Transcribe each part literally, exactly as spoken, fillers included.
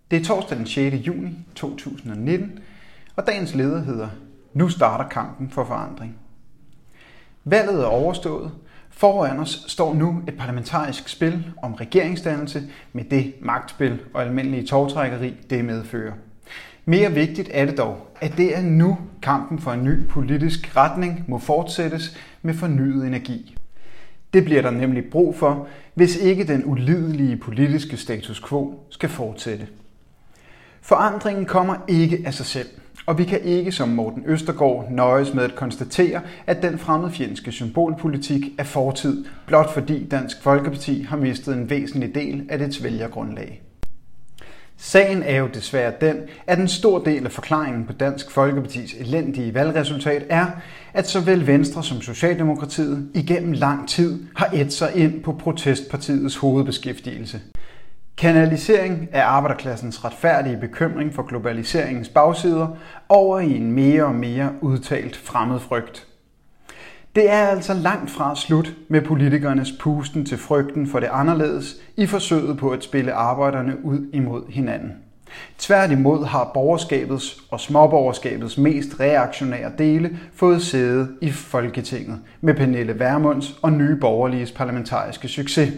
Det er torsdag den sjette juni to tusind og nitten, og dagens leder hedder Nu starter kampen for forandring. Valget er overstået. Foran os står nu et parlamentarisk spil om regeringsdannelse med det magtspil og almindelige tovtrækkeri, det medfører. Mere vigtigt er det dog, at det er nu kampen for en ny politisk retning må fortsættes med fornyet energi. Det bliver der nemlig brug for, hvis ikke den ulidelige politiske status quo skal fortsætte. Forandringen kommer ikke af sig selv, og vi kan ikke som Morten Østergaard nøjes med at konstatere, at den fremmedfjendske symbolpolitik er fortid, blot fordi Dansk Folkeparti har mistet en væsentlig del af dets vælgergrundlag. Sagen er jo desværre den, at en stor del af forklaringen på Dansk Folkepartis elendige valgresultat er, at såvel Venstre som Socialdemokratiet igennem lang tid har ædt sig ind på protestpartiets hovedbeskæftigelse. Kanalisering af arbejderklassens retfærdige bekymring for globaliseringens bagsider over i en mere og mere udtalt fremmedfrygt. Det er altså langt fra slut med politikernes pusten til frygten for det anderledes i forsøget på at spille arbejderne ud imod hinanden. Tværtimod har borgerskabets og småborgerskabets mest reaktionære dele fået sæde i Folketinget med Pernille Vermunds og Nye Borgerliges parlamentariske succes.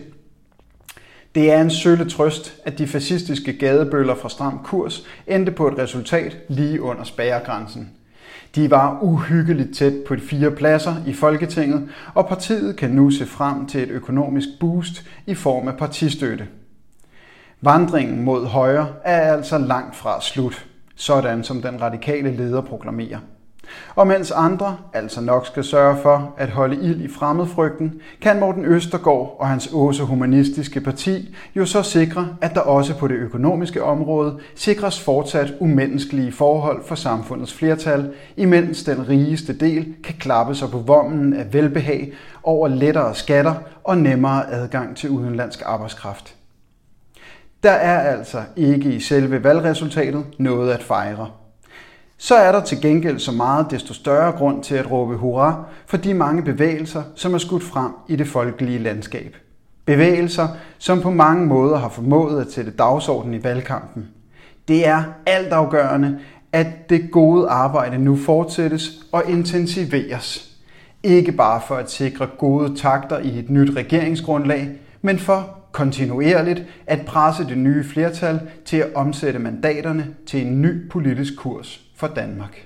Det er en sølle trøst, at de fascistiske gadebøller fra Stram Kurs endte på et resultat lige under spærregrænsen. De var uhyggeligt tæt på de fire pladser i Folketinget, og partiet kan nu se frem til et økonomisk boost i form af partistøtte. Vandringen mod højre er altså langt fra slut, sådan som den radikale leder proklamerer. Og mens andre altså nok skal sørge for at holde ild i fremmedfrygten, kan Morten Østergaard og hans åse humanistiske parti jo så sikre, at der også på det økonomiske område sikres fortsat umenneskelige forhold for samfundets flertal, imens den rigeste del kan klappe sig på vommen af velbehag over lettere skatter og nemmere adgang til udenlandsk arbejdskraft. Der er altså ikke i selve valgresultatet noget at fejre. Så er der til gengæld så meget desto større grund til at råbe hurra for de mange bevægelser, som er skudt frem i det folkelige landskab. Bevægelser, som på mange måder har formået at sætte dagsordenen i valgkampen. Det er altafgørende, at det gode arbejde nu fortsættes og intensiveres. Ikke bare for at sikre gode takter i et nyt regeringsgrundlag, men for kontinuerligt at presse det nye flertal til at omsætte mandaterne til en ny politisk kurs for Danmark.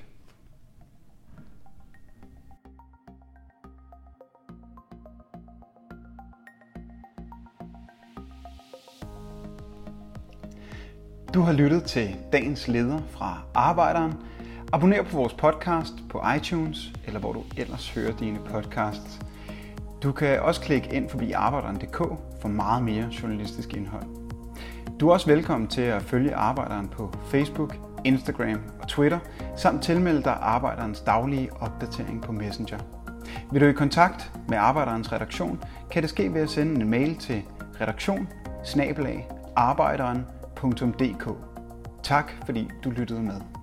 Du har lyttet til dagens leder fra Arbejderen. Abonner på vores podcast på iTunes, eller hvor du ellers hører dine podcasts. Du kan også klikke ind forbi arbejderen punktum d k for meget mere journalistisk indhold. Du er også velkommen til at følge Arbejderen på Facebook, Instagram og Twitter, samt tilmelde dig Arbejderens daglige opdatering på Messenger. Vil du i kontakt med Arbejderens redaktion, kan det ske ved at sende en mail til redaktion bindestreg arbejderen punktum d k. Tak fordi du lyttede med.